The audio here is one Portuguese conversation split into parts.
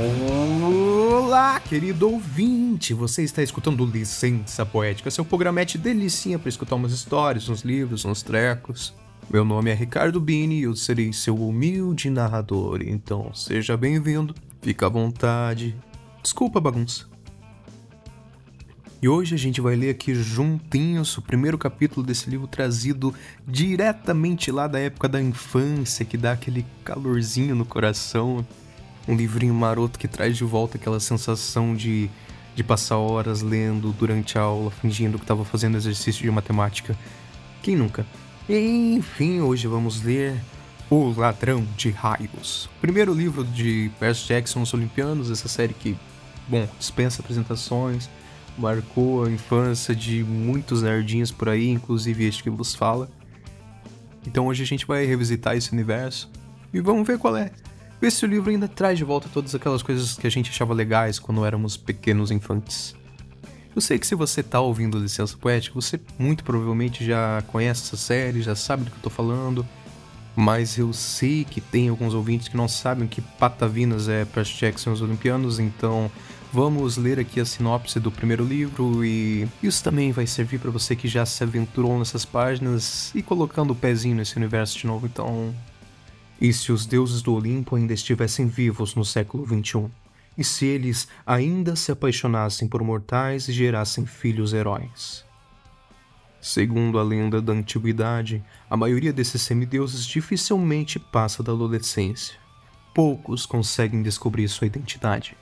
Olá, querido ouvinte! Você está escutando Licença Poética, seu programete delicinha para escutar umas histórias, uns livros, uns trecos. Meu nome é Ricardo Bini e eu serei seu humilde narrador, então seja bem-vindo, fica à vontade. Desculpa a bagunça. E hoje a gente vai ler aqui juntinhos o primeiro capítulo desse livro trazido diretamente lá da época da infância, que dá aquele calorzinho no coração. Um livrinho maroto que traz de volta aquela sensação de passar horas lendo durante a aula, fingindo que estava fazendo exercício de matemática. Quem nunca? Enfim, hoje vamos ler O Ladrão de Raios. Primeiro livro de Percy Jackson, Os Olimpianos, essa série que, dispensa apresentações, marcou a infância de muitos nerdinhos por aí, inclusive este que vos fala. Então hoje a gente vai revisitar esse universo e vamos ver qual é. Ver se o livro ainda traz de volta todas aquelas coisas que a gente achava legais quando éramos pequenos infantes. Eu sei que se você tá ouvindo Licença Poética, você muito provavelmente já conhece essa série, já sabe do que eu tô falando, mas eu sei que tem alguns ouvintes que não sabem que patavinas é Percy Jackson e os Olimpianos, então vamos ler aqui a sinopse do primeiro livro e isso também vai servir para você que já se aventurou nessas páginas e colocando o pezinho nesse universo de novo, então... E se os deuses do Olimpo ainda estivessem vivos no século XXI? E se eles ainda se apaixonassem por mortais e gerassem filhos heróis? Segundo a lenda da antiguidade, a maioria desses semideuses dificilmente passa da adolescência. Poucos conseguem descobrir sua identidade.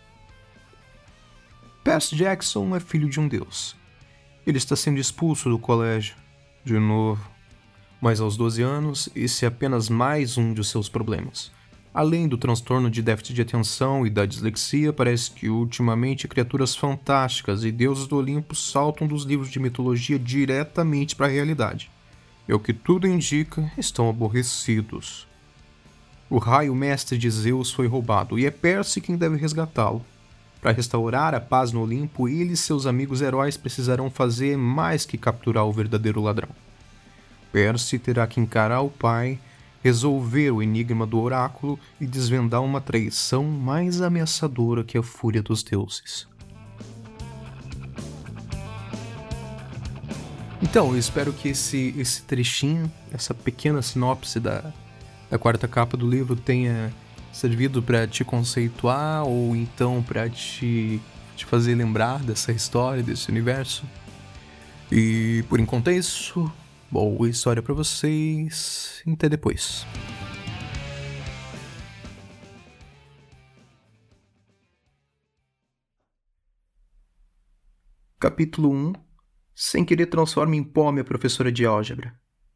Percy Jackson é filho de um deus. Ele está sendo expulso do colégio, de novo. Mas aos 12 anos, esse é apenas mais um de seus problemas. Além do transtorno de déficit de atenção e da dislexia, parece que ultimamente criaturas fantásticas e deuses do Olimpo saltam dos livros de mitologia diretamente para a realidade. E o que tudo indica, estão aborrecidos. O raio mestre de Zeus foi roubado e é Percy quem deve resgatá-lo. Para restaurar a paz no Olimpo, ele e seus amigos heróis precisarão fazer mais que capturar o verdadeiro ladrão. Percy terá que encarar o pai, resolver o enigma do oráculo e desvendar uma traição mais ameaçadora que a fúria dos deuses. Então, eu espero que esse trechinho, essa pequena sinopse da quarta capa do livro tenha servido para te conceituar ou então para te fazer lembrar dessa história, desse universo. E por enquanto é isso. Boa história pra vocês. Até depois. Capítulo 1. Sem querer transforma em pó minha professora de álgebra.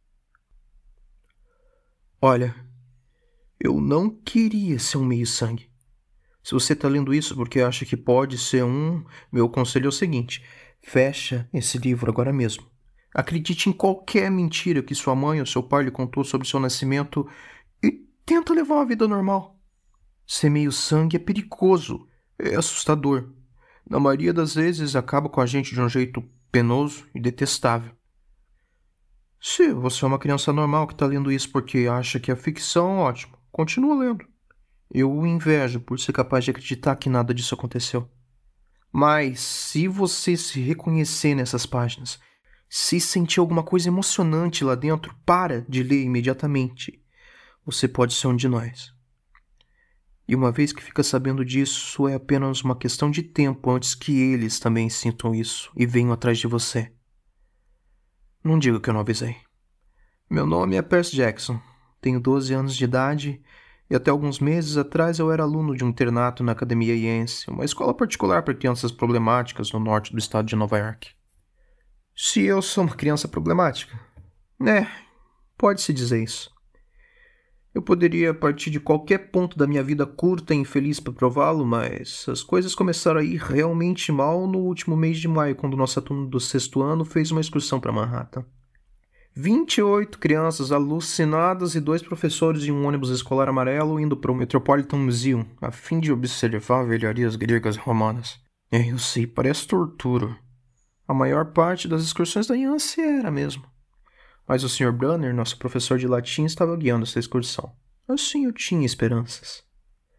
Olha, eu não queria ser um meio-sangue. Se você tá lendo isso porque acha que pode ser meu conselho é o seguinte: fecha esse livro agora mesmo. Acredite em qualquer mentira que sua mãe ou seu pai lhe contou sobre seu nascimento e tenta levar uma vida normal. Ser meio-sangue é perigoso, é assustador. Na maioria das vezes acaba com a gente de um jeito penoso e detestável. Se você é uma criança normal que está lendo isso porque acha que é ficção, ótimo, continua lendo. Eu o invejo por ser capaz de acreditar que nada disso aconteceu. Mas se você se reconhecer nessas páginas, se sentir alguma coisa emocionante lá dentro, para de ler imediatamente. Você pode ser um de nós. E uma vez que fica sabendo disso, é apenas uma questão de tempo antes que eles também sintam isso e venham atrás de você. Não diga que eu não avisei. Meu nome é Percy Jackson. Tenho 12 anos de idade e até alguns meses atrás eu era aluno de um internato na Academia Yancey, uma escola particular para crianças problemáticas no norte do estado de Nova York. Se eu sou uma criança problemática? Pode-se dizer isso. Eu poderia partir de qualquer ponto da minha vida curta e infeliz para prová-lo, mas as coisas começaram a ir realmente mal no último mês de maio, quando nossa turma do 6º ano fez uma excursão para Manhattan. 28 crianças alucinadas e 2 professores em um ônibus escolar amarelo indo para o Metropolitan Museum, a fim de observar velharias gregas e romanas. Eu sei, parece tortura. A maior parte das excursões da Yancey era mesmo. Mas o Sr. Brunner, nosso professor de latim, estava guiando essa excursão. Assim eu tinha esperanças.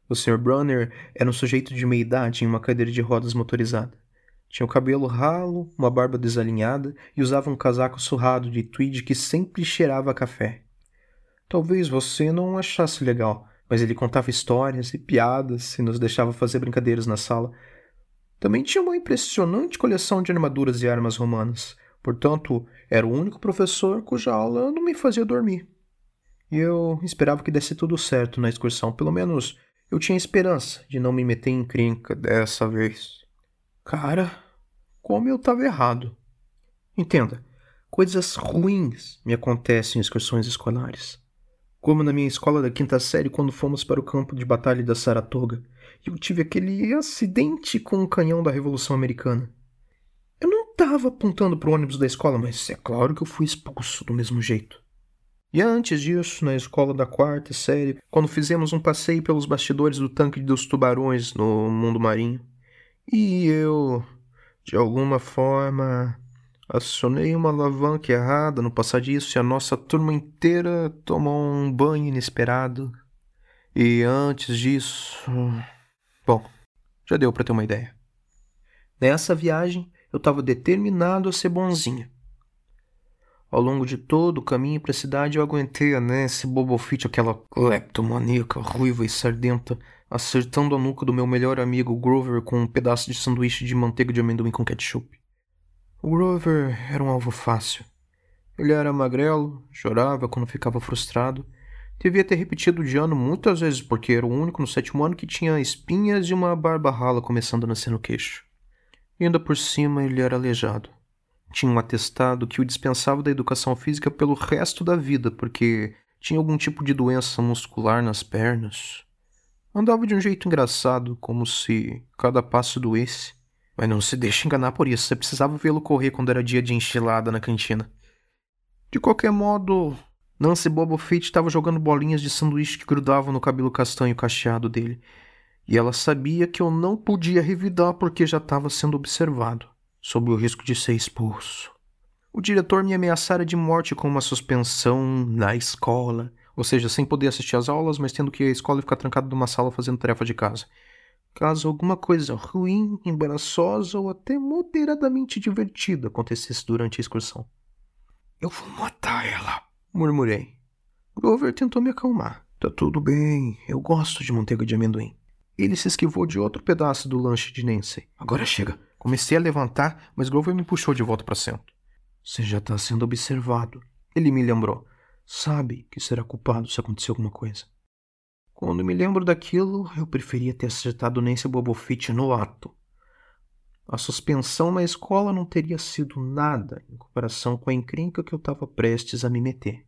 O Sr. Brunner era um sujeito de meia idade em uma cadeira de rodas motorizada. Tinha o cabelo ralo, uma barba desalinhada e usava um casaco surrado de tweed que sempre cheirava a café. Talvez você não o achasse legal, mas ele contava histórias e piadas e nos deixava fazer brincadeiras na sala. Também tinha uma impressionante coleção de armaduras e armas romanas. Portanto, era o único professor cuja aula não me fazia dormir. E eu esperava que desse tudo certo na excursão. Pelo menos eu tinha esperança de não me meter em encrenca dessa vez. Cara, como eu estava errado. Entenda, coisas ruins me acontecem em excursões escolares. Como na minha escola da quinta série quando fomos para o campo de batalha da Saratoga e eu tive aquele acidente com o canhão da Revolução Americana. Eu não estava apontando para o ônibus da escola, mas é claro que eu fui expulso do mesmo jeito. E antes disso, na escola da quarta série, quando fizemos um passeio pelos bastidores do tanque dos tubarões no mundo marinho, e eu, de alguma forma, acionei uma alavanca errada no passadiço e a nossa turma inteira tomou um banho inesperado. E antes disso... Bom, já deu pra ter uma ideia. Nessa viagem, eu estava determinado a ser bonzinho. Ao longo de todo o caminho para a cidade, eu aguentei a Nancy Bobofit, aquela cleptomaníaca ruiva e sardenta, acertando a nuca do meu melhor amigo Grover com um pedaço de sanduíche de manteiga de amendoim com ketchup. O Grover era um alvo fácil. Ele era magrelo, chorava quando ficava frustrado. Devia ter repetido de ano muitas vezes, porque era o único no 7º ano que tinha espinhas e uma barba rala começando a nascer no queixo. E ainda por cima ele era aleijado. Tinha um atestado que o dispensava da educação física pelo resto da vida, porque tinha algum tipo de doença muscular nas pernas. Andava de um jeito engraçado, como se cada passo doesse. Mas não se deixe enganar por isso, você precisava vê-lo correr quando era dia de enchilada na cantina. De qualquer modo, Nancy Bobofit estava jogando bolinhas de sanduíche que grudavam no cabelo castanho cacheado dele, e ela sabia que eu não podia revidar porque já estava sendo observado, sob o risco de ser expulso. O diretor me ameaçara de morte com uma suspensão na escola, ou seja, sem poder assistir às aulas, mas tendo que ir à escola e ficar trancado numa sala fazendo tarefa de casa. Caso alguma coisa ruim, embaraçosa ou até moderadamente divertida acontecesse durante a excursão. Eu vou matar ela, murmurei. Grover tentou me acalmar. Tá tudo bem, eu gosto de manteiga de amendoim. Ele se esquivou de outro pedaço do lanche de Nancy. Agora chega. Comecei a levantar, mas Grover me puxou de volta para o centro. Você já está sendo observado. Ele me lembrou. Sabe que será culpado se acontecer alguma coisa. Quando me lembro daquilo, eu preferia ter acertado Nancy Bobofit no ato. A suspensão na escola não teria sido nada em comparação com a encrenca que eu estava prestes a me meter.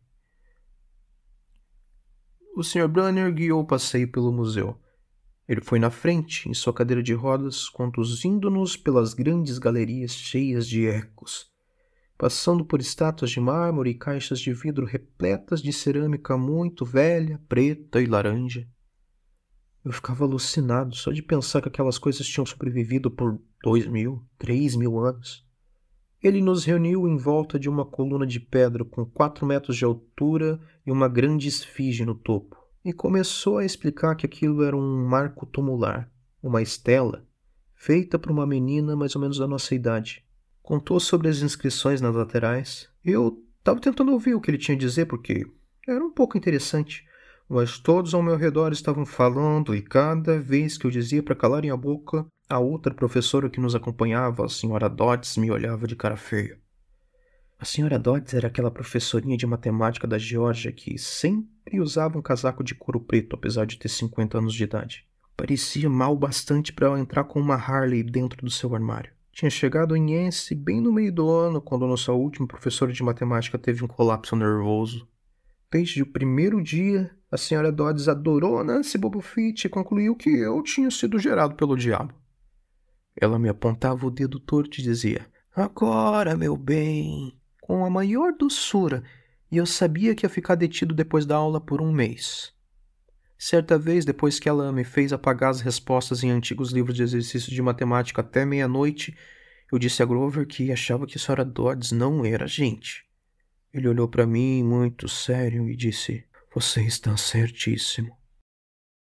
O Sr. Brunner guiou o passeio pelo museu. Ele foi na frente, em sua cadeira de rodas, conduzindo-nos pelas grandes galerias cheias de ecos, passando por estátuas de mármore e caixas de vidro repletas de cerâmica muito velha, preta e laranja. Eu ficava alucinado só de pensar que aquelas coisas tinham sobrevivido por 2.000, 3.000 anos. Ele nos reuniu em volta de uma coluna de pedra com 4 metros de altura e uma grande esfinge no topo, e começou a explicar que aquilo era um marco tumular, uma estela, feita por uma menina mais ou menos da nossa idade. Contou sobre as inscrições nas laterais. Eu estava tentando ouvir o que ele tinha a dizer porque era um pouco interessante, mas todos ao meu redor estavam falando e cada vez que eu dizia para calarem a boca, a outra professora que nos acompanhava, a senhora Dodds, me olhava de cara feia. A senhora Dodds era aquela professorinha de matemática da Geórgia que sempre usava um casaco de couro preto, apesar de ter 50 anos de idade. Parecia mal bastante para entrar com uma Harley dentro do seu armário. Tinha chegado em Yancey bem no meio do ano, quando a nossa última professora de matemática teve um colapso nervoso. Desde o primeiro dia, a senhora Dodds adorou a Nancy Bobofit e concluiu que eu tinha sido gerado pelo diabo. Ela me apontava o dedo torto e dizia, agora, meu bem, com a maior doçura, e eu sabia que ia ficar detido depois da aula por 1 mês. Certa vez, depois que ela me fez apagar as respostas em antigos livros de exercícios de matemática até meia-noite, eu disse a Grover que achava que a senhora Dodds não era gente. Ele olhou para mim muito sério e disse, você está certíssimo.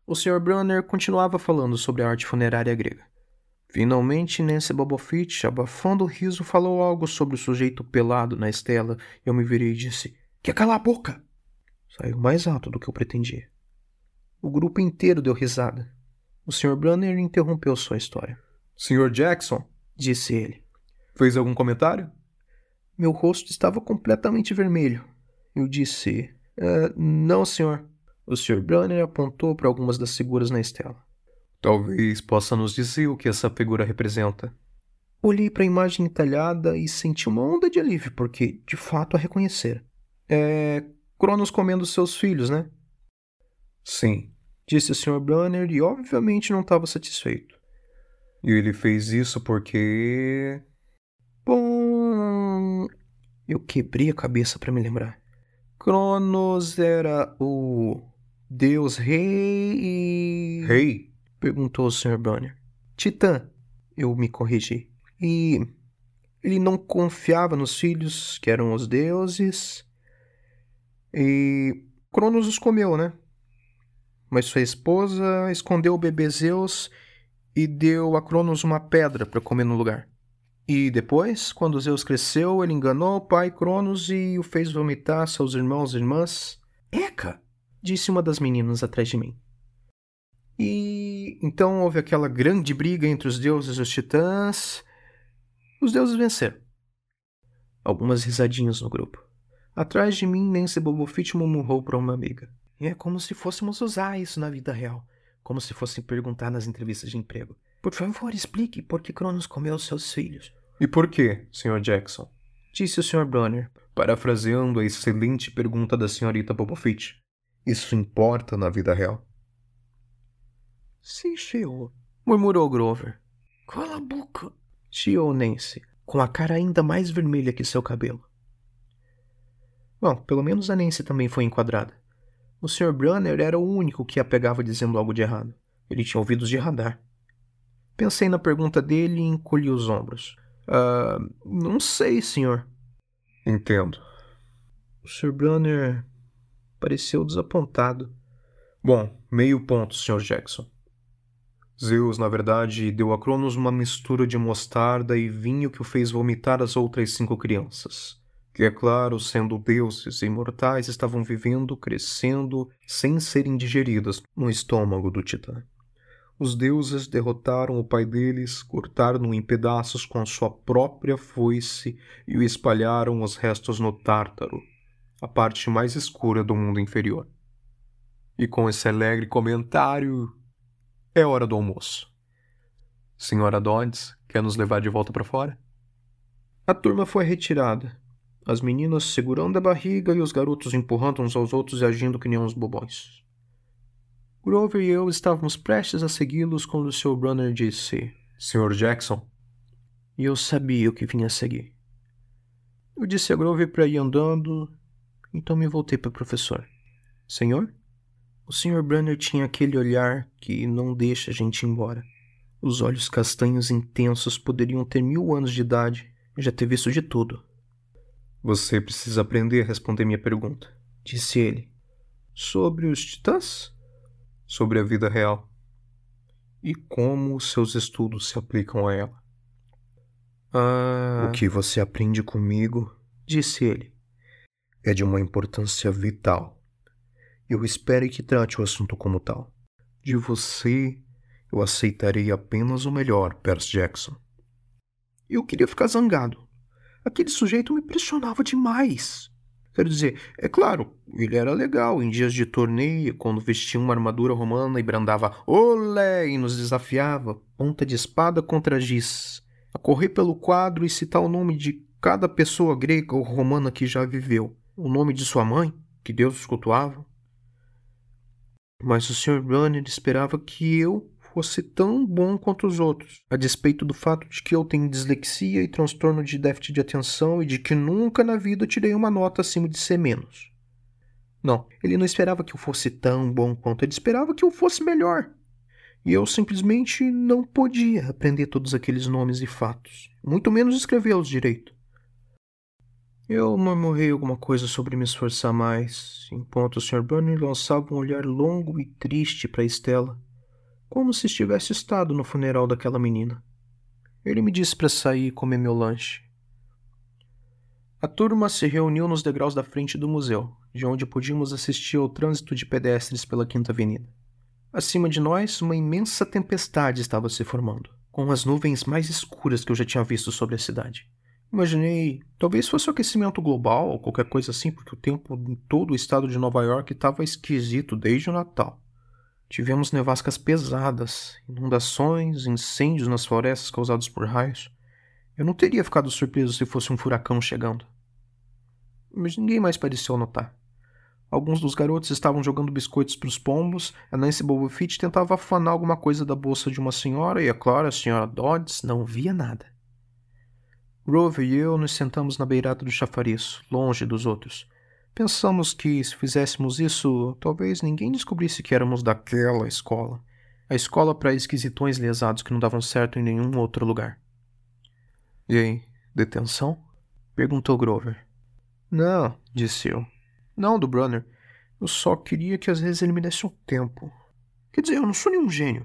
O Sr. Brunner continuava falando sobre a arte funerária grega. Finalmente, Nancy Bobofit, abafando o riso, falou algo sobre o sujeito pelado na estela e eu me virei e disse: "Quer calar a boca?" Saiu mais alto do que eu pretendia. O grupo inteiro deu risada. O Sr. Brunner interrompeu sua história. "Sr. Jackson", disse ele, "fez algum comentário?" Meu rosto estava completamente vermelho. Eu disse: Não, senhor." O Sr. Brunner apontou para algumas das figuras na estela. "Talvez possa nos dizer o que essa figura representa." Olhei para a imagem entalhada e senti uma onda de alívio, porque, de fato, a reconhecera. "É Cronos comendo seus filhos, né?" "Sim", disse o Sr. Brunner e obviamente não estava satisfeito. "E ele fez isso porque..." Bom... Eu quebrei a cabeça para me lembrar. Cronos era o deus rei e... "Rei?" perguntou o Sr. Brunner. "Titã", eu me corrigi. E ele não confiava nos filhos, que eram os deuses. E Cronos os comeu, né? Mas sua esposa escondeu o bebê Zeus e deu a Cronos uma pedra para comer no lugar. E depois, quando Zeus cresceu, ele enganou o pai Cronos e o fez vomitar seus irmãos e irmãs. "Eca!" disse uma das meninas atrás de mim. E então houve aquela grande briga entre os deuses e os titãs. Os deuses venceram. Algumas risadinhas no grupo. Atrás de mim, Nancy Bobofit murmurou para uma amiga: "É como se fôssemos usar isso na vida real. Como se fossem perguntar nas entrevistas de emprego. Por favor, explique por que Cronos comeu seus filhos." "E por quê, Sr. Jackson?" disse o Sr. Brunner, parafraseando a excelente pergunta da Srta. Bobofit. "Isso importa na vida real?" "Sim, senhor", murmurou Grover. "Cala a boca", chiou Nancy, com a cara ainda mais vermelha que seu cabelo. Bom, pelo menos a Nancy também foi enquadrada. O Sr. Brunner era o único que a pegava dizendo algo de errado. Ele tinha ouvidos de radar. Pensei na pergunta dele e encolhi os ombros. Não sei, senhor." "Entendo." O Sr. Brunner pareceu desapontado. "Bom, meio ponto, Sr. Jackson. Zeus, na verdade, deu a Cronos uma mistura de mostarda e vinho que o fez vomitar as outras 5 crianças. Que, é claro, sendo deuses e imortais, estavam vivendo, crescendo, sem serem digeridas no estômago do Titã. Os deuses derrotaram o pai deles, cortaram-no em pedaços com a sua própria foice e o espalharam os restos no Tártaro, a parte mais escura do mundo inferior. E com esse alegre comentário, é hora do almoço. Senhora Dodds, quer nos levar de volta para fora?" A turma foi retirada. As meninas segurando a barriga e os garotos empurrando uns aos outros e agindo que nem uns bobões. Grover e eu estávamos prestes a segui-los quando o Sr. Brunner disse: "Sr. Jackson." E eu sabia o que vinha a seguir. Eu disse a Grover para ir andando, então me voltei para o professor. "Senhor?" O Sr. Brunner tinha aquele olhar que não deixa a gente ir embora. Os olhos castanhos intensos poderiam ter 1000 anos de idade e já ter visto de tudo. "Você precisa aprender a responder minha pergunta", disse ele. "Sobre os titãs?" "Sobre a vida real. E como os seus estudos se aplicam a ela." "O que você aprende comigo", disse ele, "é de uma importância vital. Eu espero que trate o assunto como tal. De você, eu aceitarei apenas o melhor, Percy Jackson." Eu queria ficar zangado. Aquele sujeito me impressionava demais. Quero dizer, é claro, ele era legal em dias de torneio, quando vestia uma armadura romana e brandava "Olé!" e nos desafiava, ponta de espada contra giz, a correr pelo quadro e citar o nome de cada pessoa grega ou romana que já viveu, o nome de sua mãe, que Deus os cultuava. Mas o Sr. Brunner esperava que eu fosse tão bom quanto os outros, a despeito do fato de que eu tenho dislexia e transtorno de déficit de atenção e de que nunca na vida tirei uma nota acima de C-. Não, ele não esperava que eu fosse tão bom quanto, ele esperava que eu fosse melhor. E eu simplesmente não podia aprender todos aqueles nomes e fatos, muito menos escrevê-los direito. Eu murmurei alguma coisa sobre me esforçar mais, enquanto o Sr. Burney lançava um olhar longo e triste para Estela, como se estivesse estado no funeral daquela menina. Ele me disse para sair e comer meu lanche. A turma se reuniu nos degraus da frente do museu, de onde podíamos assistir ao trânsito de pedestres pela Quinta Avenida. Acima de nós, uma imensa tempestade estava se formando, com as nuvens mais escuras que eu já tinha visto sobre a cidade. Imaginei, talvez fosse o aquecimento global ou qualquer coisa assim, porque o tempo em todo o estado de Nova York estava esquisito desde o Natal. Tivemos nevascas pesadas, inundações, incêndios nas florestas causados por raios. Eu não teria ficado surpreso se fosse um furacão chegando. Mas ninguém mais pareceu notar. Alguns dos garotos estavam jogando biscoitos para os pombos, a Nancy Bullfit tentava afanar alguma coisa da bolsa de uma senhora e, é claro, a senhora Dodds não via nada. Grover e eu nos sentamos na beirada do chafariz, longe dos outros. Pensamos que, se fizéssemos isso, talvez ninguém descobrisse que éramos daquela escola. A escola para esquisitões lesados que não davam certo em nenhum outro lugar. E aí, detenção? Perguntou Grover. Não, disse eu. Não, do Brunner. Eu só queria que às vezes ele me desse um tempo. Quer dizer, eu não sou nenhum gênio.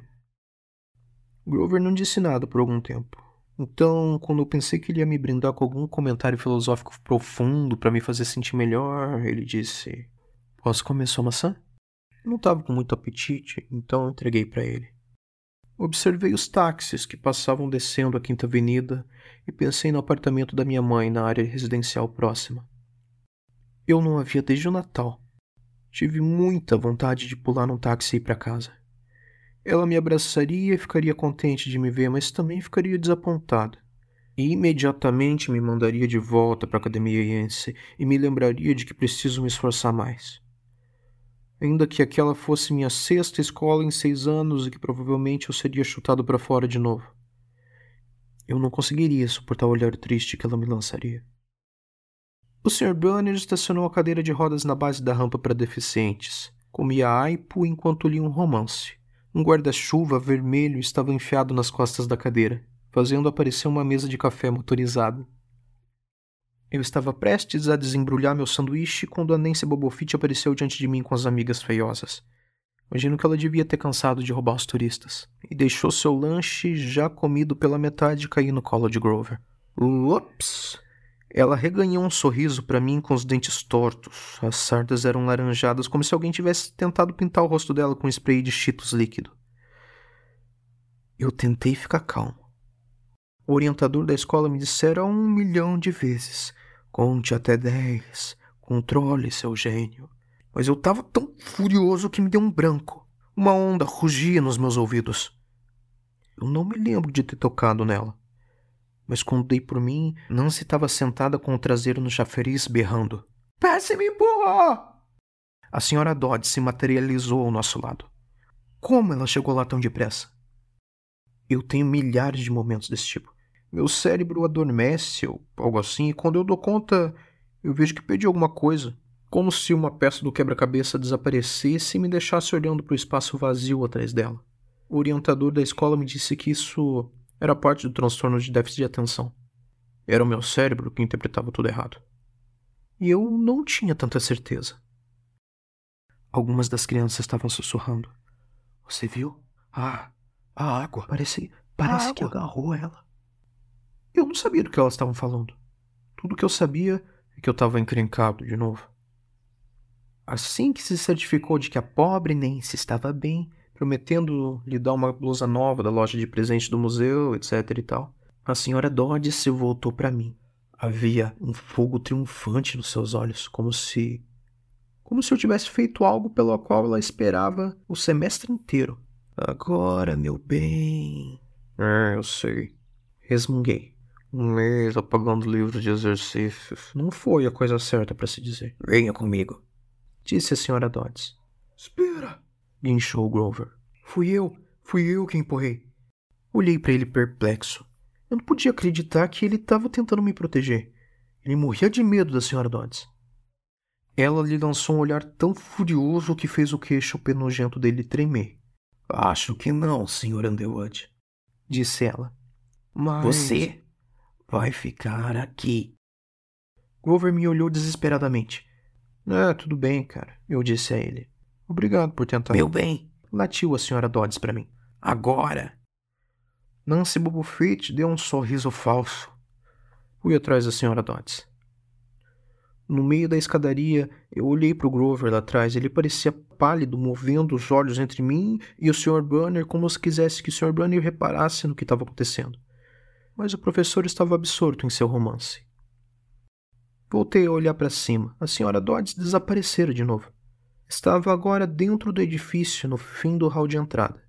Grover não disse nada por algum tempo. Então, quando eu pensei que ele ia me brindar com algum comentário filosófico profundo para me fazer sentir melhor, ele disse: Posso comer sua maçã? Eu não estava com muito apetite, então eu entreguei para ele. Observei os táxis que passavam descendo a Quinta Avenida e pensei no apartamento da minha mãe na área residencial próxima. Eu não a via desde o Natal. Tive muita vontade de pular num táxi e ir para casa. Ela me abraçaria e ficaria contente de me ver, mas também ficaria desapontada. E imediatamente me mandaria de volta para a Academia Yancey e me lembraria de que preciso me esforçar mais. Ainda que aquela fosse minha sexta escola em 6 anos e que provavelmente eu seria chutado para fora de novo. Eu não conseguiria suportar o olhar triste que ela me lançaria. O Sr. Brunner estacionou a cadeira de rodas na base da rampa para deficientes. Comia aipo enquanto lia um romance. Um guarda-chuva vermelho estava enfiado nas costas da cadeira, fazendo aparecer uma mesa de café motorizada. Eu estava prestes a desembrulhar meu sanduíche quando a Nancy Bullfit apareceu diante de mim com as amigas feiosas. Imagino que ela devia ter cansado de roubar os turistas, e deixou seu lanche já comido pela metade cair no colo de Grover. Ups! Ela reganhou um sorriso para mim com os dentes tortos. As sardas eram laranjadas, como se alguém tivesse tentado pintar o rosto dela com spray de Cheetos líquido. Eu tentei ficar calmo. O orientador da escola me dissera 1 milhão de vezes: conte até 10, controle seu gênio. Mas eu estava tão furioso que me deu um branco. Uma onda rugia nos meus ouvidos. Eu não me lembro de ter tocado nela. Mas quando dei por mim, Nancy estava sentada com o traseiro no chafariz, berrando: Passe-me empurrar! A senhora Dodds se materializou ao nosso lado. Como ela chegou lá tão depressa? Eu tenho milhares de momentos desse tipo. Meu cérebro adormece ou algo assim, e quando eu dou conta, eu vejo que perdi alguma coisa. Como se uma peça do quebra-cabeça desaparecesse e me deixasse olhando para o espaço vazio atrás dela. O orientador da escola me disse que isso era parte do transtorno de déficit de atenção. Era o meu cérebro que interpretava tudo errado. E eu não tinha tanta certeza. Algumas das crianças estavam sussurrando. Você viu? A água. Parece que agarrou ela. Eu não sabia do que elas estavam falando. Tudo que eu sabia é que eu estava encrencado de novo. Assim que se certificou de que a pobre Nancy estava bem, prometendo lhe dar uma blusa nova da loja de presente do museu, etc e tal, a senhora Dodds se voltou para mim. Havia um fogo triunfante nos seus olhos, como se eu tivesse feito algo pelo qual ela esperava o semestre inteiro. Agora, meu bem... eu sei. Resmunguei. 1 mês apagando livros de exercícios. Não foi a coisa certa para se dizer. Venha comigo, disse a senhora Dodds. Espera! Guinchou Grover. Fui eu que empurrei. Olhei para ele perplexo. Eu não podia acreditar que ele estava tentando me proteger. Ele morria de medo da senhora Dodds. Ela lhe lançou um olhar tão furioso que fez o queixo penugento dele tremer. Acho que não, Sr. Underwood, disse ela. Mas... Você vai ficar aqui. Grover me olhou desesperadamente. Tudo bem, cara, eu disse a ele. Obrigado por tentar. Meu bem, latiu a Sra. Dodds para mim. Agora. Nancy Bubblefoot deu um sorriso falso. Fui atrás da Sra. Dodds. No meio da escadaria, eu olhei para o Grover lá atrás. Ele parecia pálido, movendo os olhos entre mim e o Sr. Brunner como se quisesse que o Sr. Brunner reparasse no que estava acontecendo. Mas o professor estava absorto em seu romance. Voltei a olhar para cima. A Sra. Dodds desaparecera de novo. Estava agora dentro do edifício, no fim do hall de entrada.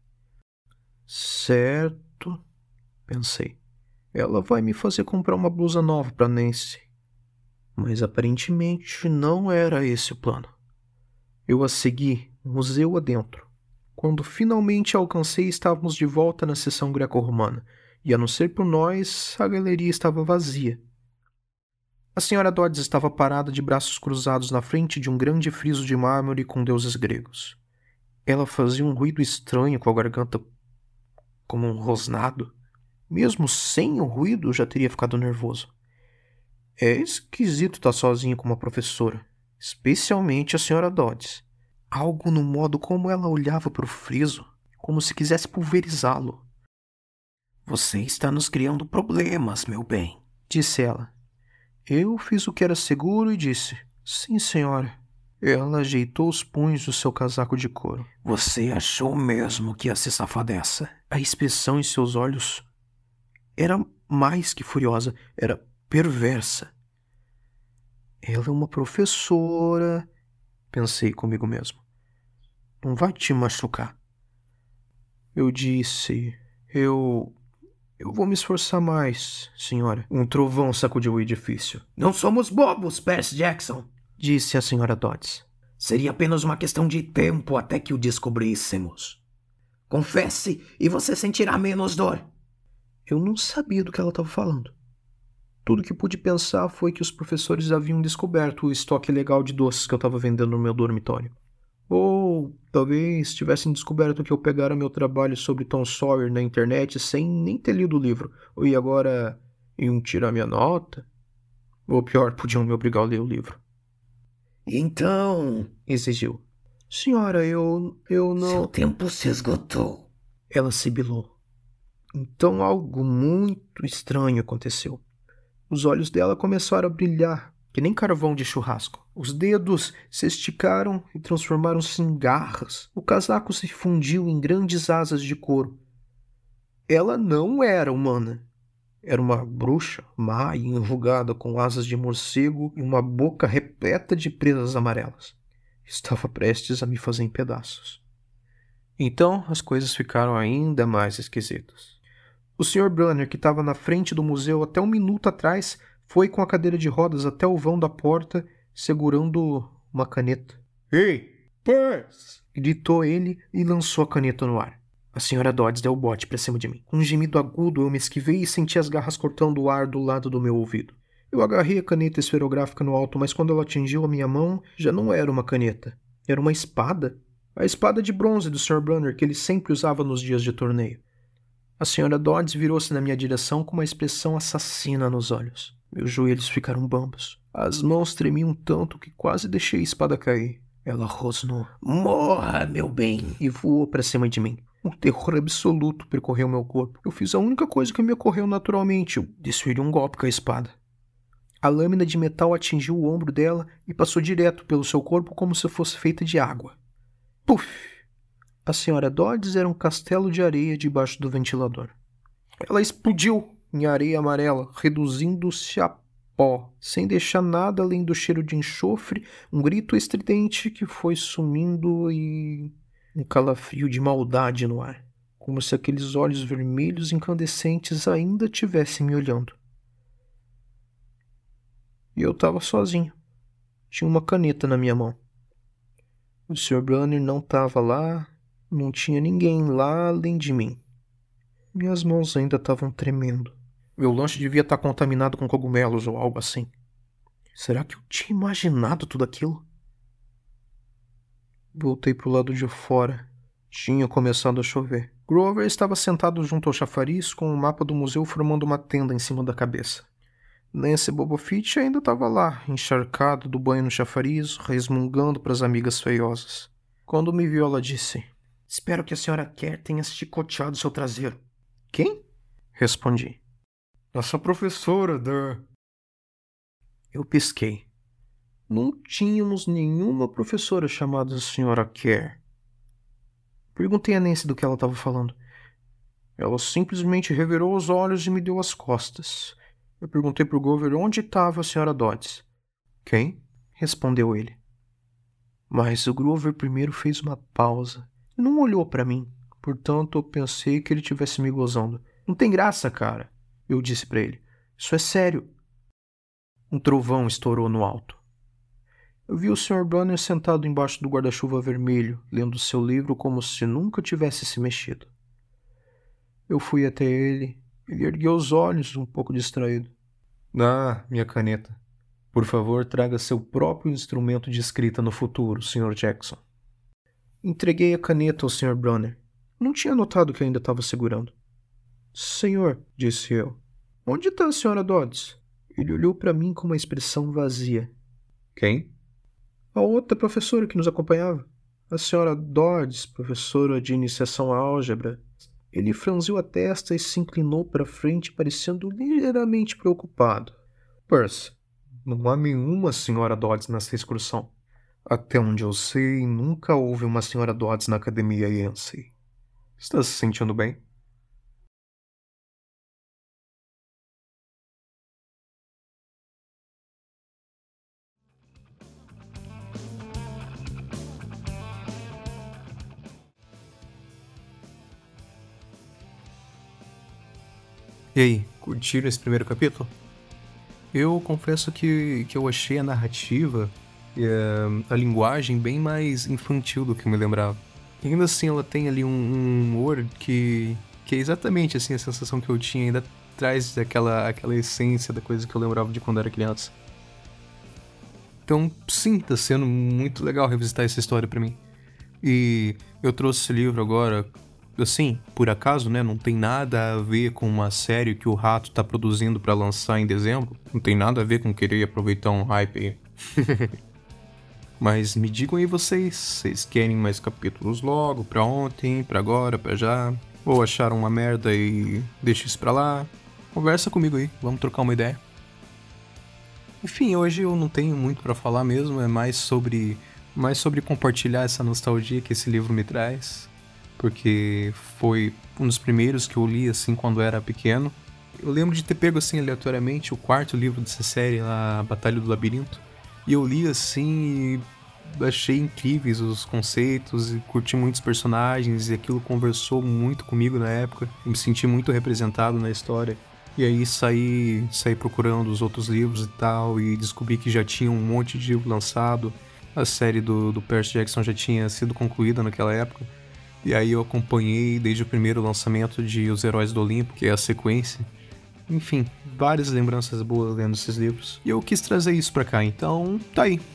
Certo, pensei. Ela vai me fazer comprar uma blusa nova para Nancy. Mas aparentemente não era esse o plano. Eu a segui, museu adentro. Quando finalmente a alcancei, estávamos de volta na seção greco-romana, e a não ser por nós, a galeria estava vazia. A Sra. Dodds estava parada de braços cruzados na frente de um grande friso de mármore com deuses gregos. Ela fazia um ruído estranho com a garganta como um rosnado. Mesmo sem o ruído, eu já teria ficado nervoso. É esquisito estar sozinho com uma professora, especialmente a Sra. Dodds. Algo no modo como ela olhava para o friso, como se quisesse pulverizá-lo. Você está nos criando problemas, meu bem, disse ela. Eu fiz o que era seguro e disse, sim, senhora. Ela ajeitou os punhos do seu casaco de couro. Você achou mesmo que ia se safar dessa? A expressão em seus olhos era mais que furiosa, era perversa. Ela é uma professora, pensei comigo mesmo. Não vai te machucar. Eu disse, eu vou me esforçar mais, senhora. Um trovão sacudiu o edifício. Não somos bobos, Percy Jackson, disse a Sra. Dodds. Seria apenas uma questão de tempo até que o descobríssemos. Confesse e você sentirá menos dor. Eu não sabia do que ela estava falando. Tudo que pude pensar foi que os professores haviam descoberto o estoque ilegal de doces que eu estava vendendo no meu dormitório. Ou talvez tivessem descoberto que eu pegara meu trabalho sobre Tom Sawyer na internet sem nem ter lido o livro. E agora iam tirar minha nota? Ou pior, podiam me obrigar a ler o livro. Então, exigiu. Senhora, eu não... Seu tempo se esgotou. Ela sibilou. Então algo muito estranho aconteceu. Os olhos dela começaram a brilhar, que nem carvão de churrasco. Os dedos se esticaram e transformaram-se em garras. O casaco se fundiu em grandes asas de couro. Ela não era humana. Era uma bruxa, má e enrugada, com asas de morcego e uma boca repleta de presas amarelas. Estava prestes a me fazer em pedaços. Então as coisas ficaram ainda mais esquisitas. O Sr. Brunner, que estava na frente do museu até um minuto atrás, foi com a cadeira de rodas até o vão da porta, segurando uma caneta. Ei, Percy! Gritou ele e lançou a caneta no ar. A Sra. Dodds deu o bote para cima de mim. Com um gemido agudo, eu me esquivei e senti as garras cortando o ar do lado do meu ouvido. Eu agarrei a caneta esferográfica no alto, mas quando ela atingiu a minha mão, já não era uma caneta. Era uma espada. A espada de bronze do Sr. Brunner que ele sempre usava nos dias de torneio. A Sra. Dodds virou-se na minha direção com uma expressão assassina nos olhos. Meus joelhos ficaram bambos. As mãos tremiam tanto que quase deixei a espada cair. Ela rosnou. Morra, meu bem! E voou para cima de mim. Um terror absoluto percorreu meu corpo. Eu fiz a única coisa que me ocorreu naturalmente. Eu desferi um golpe com a espada. A lâmina de metal atingiu o ombro dela e passou direto pelo seu corpo como se fosse feita de água. Puf! A Sra. Dodds era um castelo de areia debaixo do ventilador. Ela explodiu em areia amarela, reduzindo-se a pó, sem deixar nada além do cheiro de enxofre, um grito estridente que foi sumindo e um calafrio de maldade no ar, como se aqueles olhos vermelhos incandescentes ainda estivessem me olhando. E eu estava sozinho. Tinha uma caneta na minha mão. O Sr. Brunner não estava lá. Não tinha ninguém lá além de mim. Minhas mãos ainda estavam tremendo. Meu lanche devia estar contaminado com cogumelos ou algo assim. Será que eu tinha imaginado tudo aquilo? Voltei para o lado de fora. Tinha começado a chover. Grover estava sentado junto ao chafariz com o mapa do museu formando uma tenda em cima da cabeça. Nancy Bobofit ainda estava lá, encharcado do banho no chafariz, resmungando para as amigas feiosas. Quando me viu, ela disse: Espero que a senhora Kerr tenha chicoteado seu traseiro. Quem? Respondi. Nossa professora da... Eu pisquei. Não tínhamos nenhuma professora chamada Sra. Kerr. Perguntei a Nancy do que ela estava falando. Ela simplesmente revirou os olhos e me deu as costas. Eu perguntei pro Grover onde estava a Sra. Dodds. Quem? Respondeu ele. Mas o Grover primeiro fez uma pausa e não olhou para mim. Portanto, eu pensei que ele estivesse me gozando. Não tem graça, cara, eu disse para ele. Isso é sério. Um trovão estourou no alto. Eu vi o Sr. Brunner sentado embaixo do guarda-chuva vermelho, lendo seu livro como se nunca tivesse se mexido. Eu fui até ele. Ele ergueu os olhos, um pouco distraído. Ah, minha caneta. Por favor, traga seu próprio instrumento de escrita no futuro, Sr. Jackson. Entreguei a caneta ao Sr. Brunner. Não tinha notado que ainda estava segurando. Senhor, disse eu, onde está a Sra. Dodds? Ele olhou para mim com uma expressão vazia. Quem? A outra professora que nos acompanhava. A Sra. Dodds, professora de iniciação à álgebra. Ele franziu a testa e se inclinou para frente, parecendo ligeiramente preocupado. Percy, não há nenhuma Sra. Dodds nessa excursão. Até onde eu sei, nunca houve uma Sra. Dodds na Academia Yancey. Está se sentindo bem? E aí, curtiram esse primeiro capítulo? Eu confesso que eu achei a narrativa e a linguagem bem mais infantil do que eu me lembrava. E ainda assim ela tem ali um humor que é exatamente assim a sensação que eu tinha, ainda traz aquela essência da coisa que eu lembrava de quando era criança. Então, sim, tá sendo muito legal revisitar essa história pra mim. E eu trouxe esse livro agora, assim, por acaso, né? Não tem nada a ver com uma série que o Rato tá produzindo pra lançar em dezembro. Não tem nada a ver com querer aproveitar um hype aí. Mas me digam aí vocês querem mais capítulos logo, pra ontem, pra agora, pra já? Ou acharam uma merda e deixa isso pra lá? Conversa comigo aí, vamos trocar uma ideia. Enfim, hoje eu não tenho muito pra falar mesmo, é mais sobre compartilhar essa nostalgia que esse livro me traz, porque foi um dos primeiros que eu li assim quando era pequeno. Eu lembro de ter pego assim aleatoriamente o quarto livro dessa série, a Batalha do Labirinto, e eu li assim e achei incríveis os conceitos e curti muitos personagens e aquilo conversou muito comigo na época. Eu me senti muito representado na história. E aí saí procurando os outros livros e tal, e descobri que já tinha um monte de livro lançado. A série do Percy Jackson já tinha sido concluída naquela época. E aí eu acompanhei desde o primeiro lançamento de Os Heróis do Olimpo, que é a sequência. Enfim, várias lembranças boas lendo esses livros. E eu quis trazer isso pra cá, então tá aí.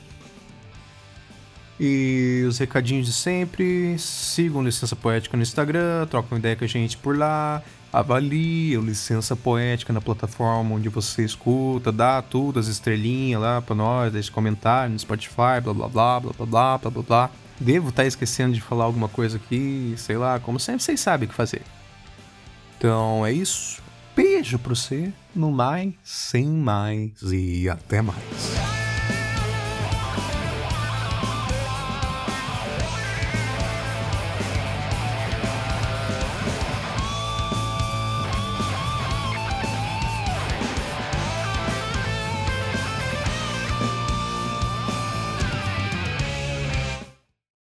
E os recadinhos de sempre, sigam Licença Poética no Instagram, trocam ideia com a gente por lá, avalie o Licença Poética na plataforma onde você escuta, dá tudo, as estrelinhas lá pra nós, deixa comentário no Spotify, blá blá blá, blá blá blá, blá blá blá. Devo estar esquecendo de falar alguma coisa aqui, sei lá, como sempre vocês sabem o que fazer. Então é isso, beijo pra você, no mais, sem mais e até mais.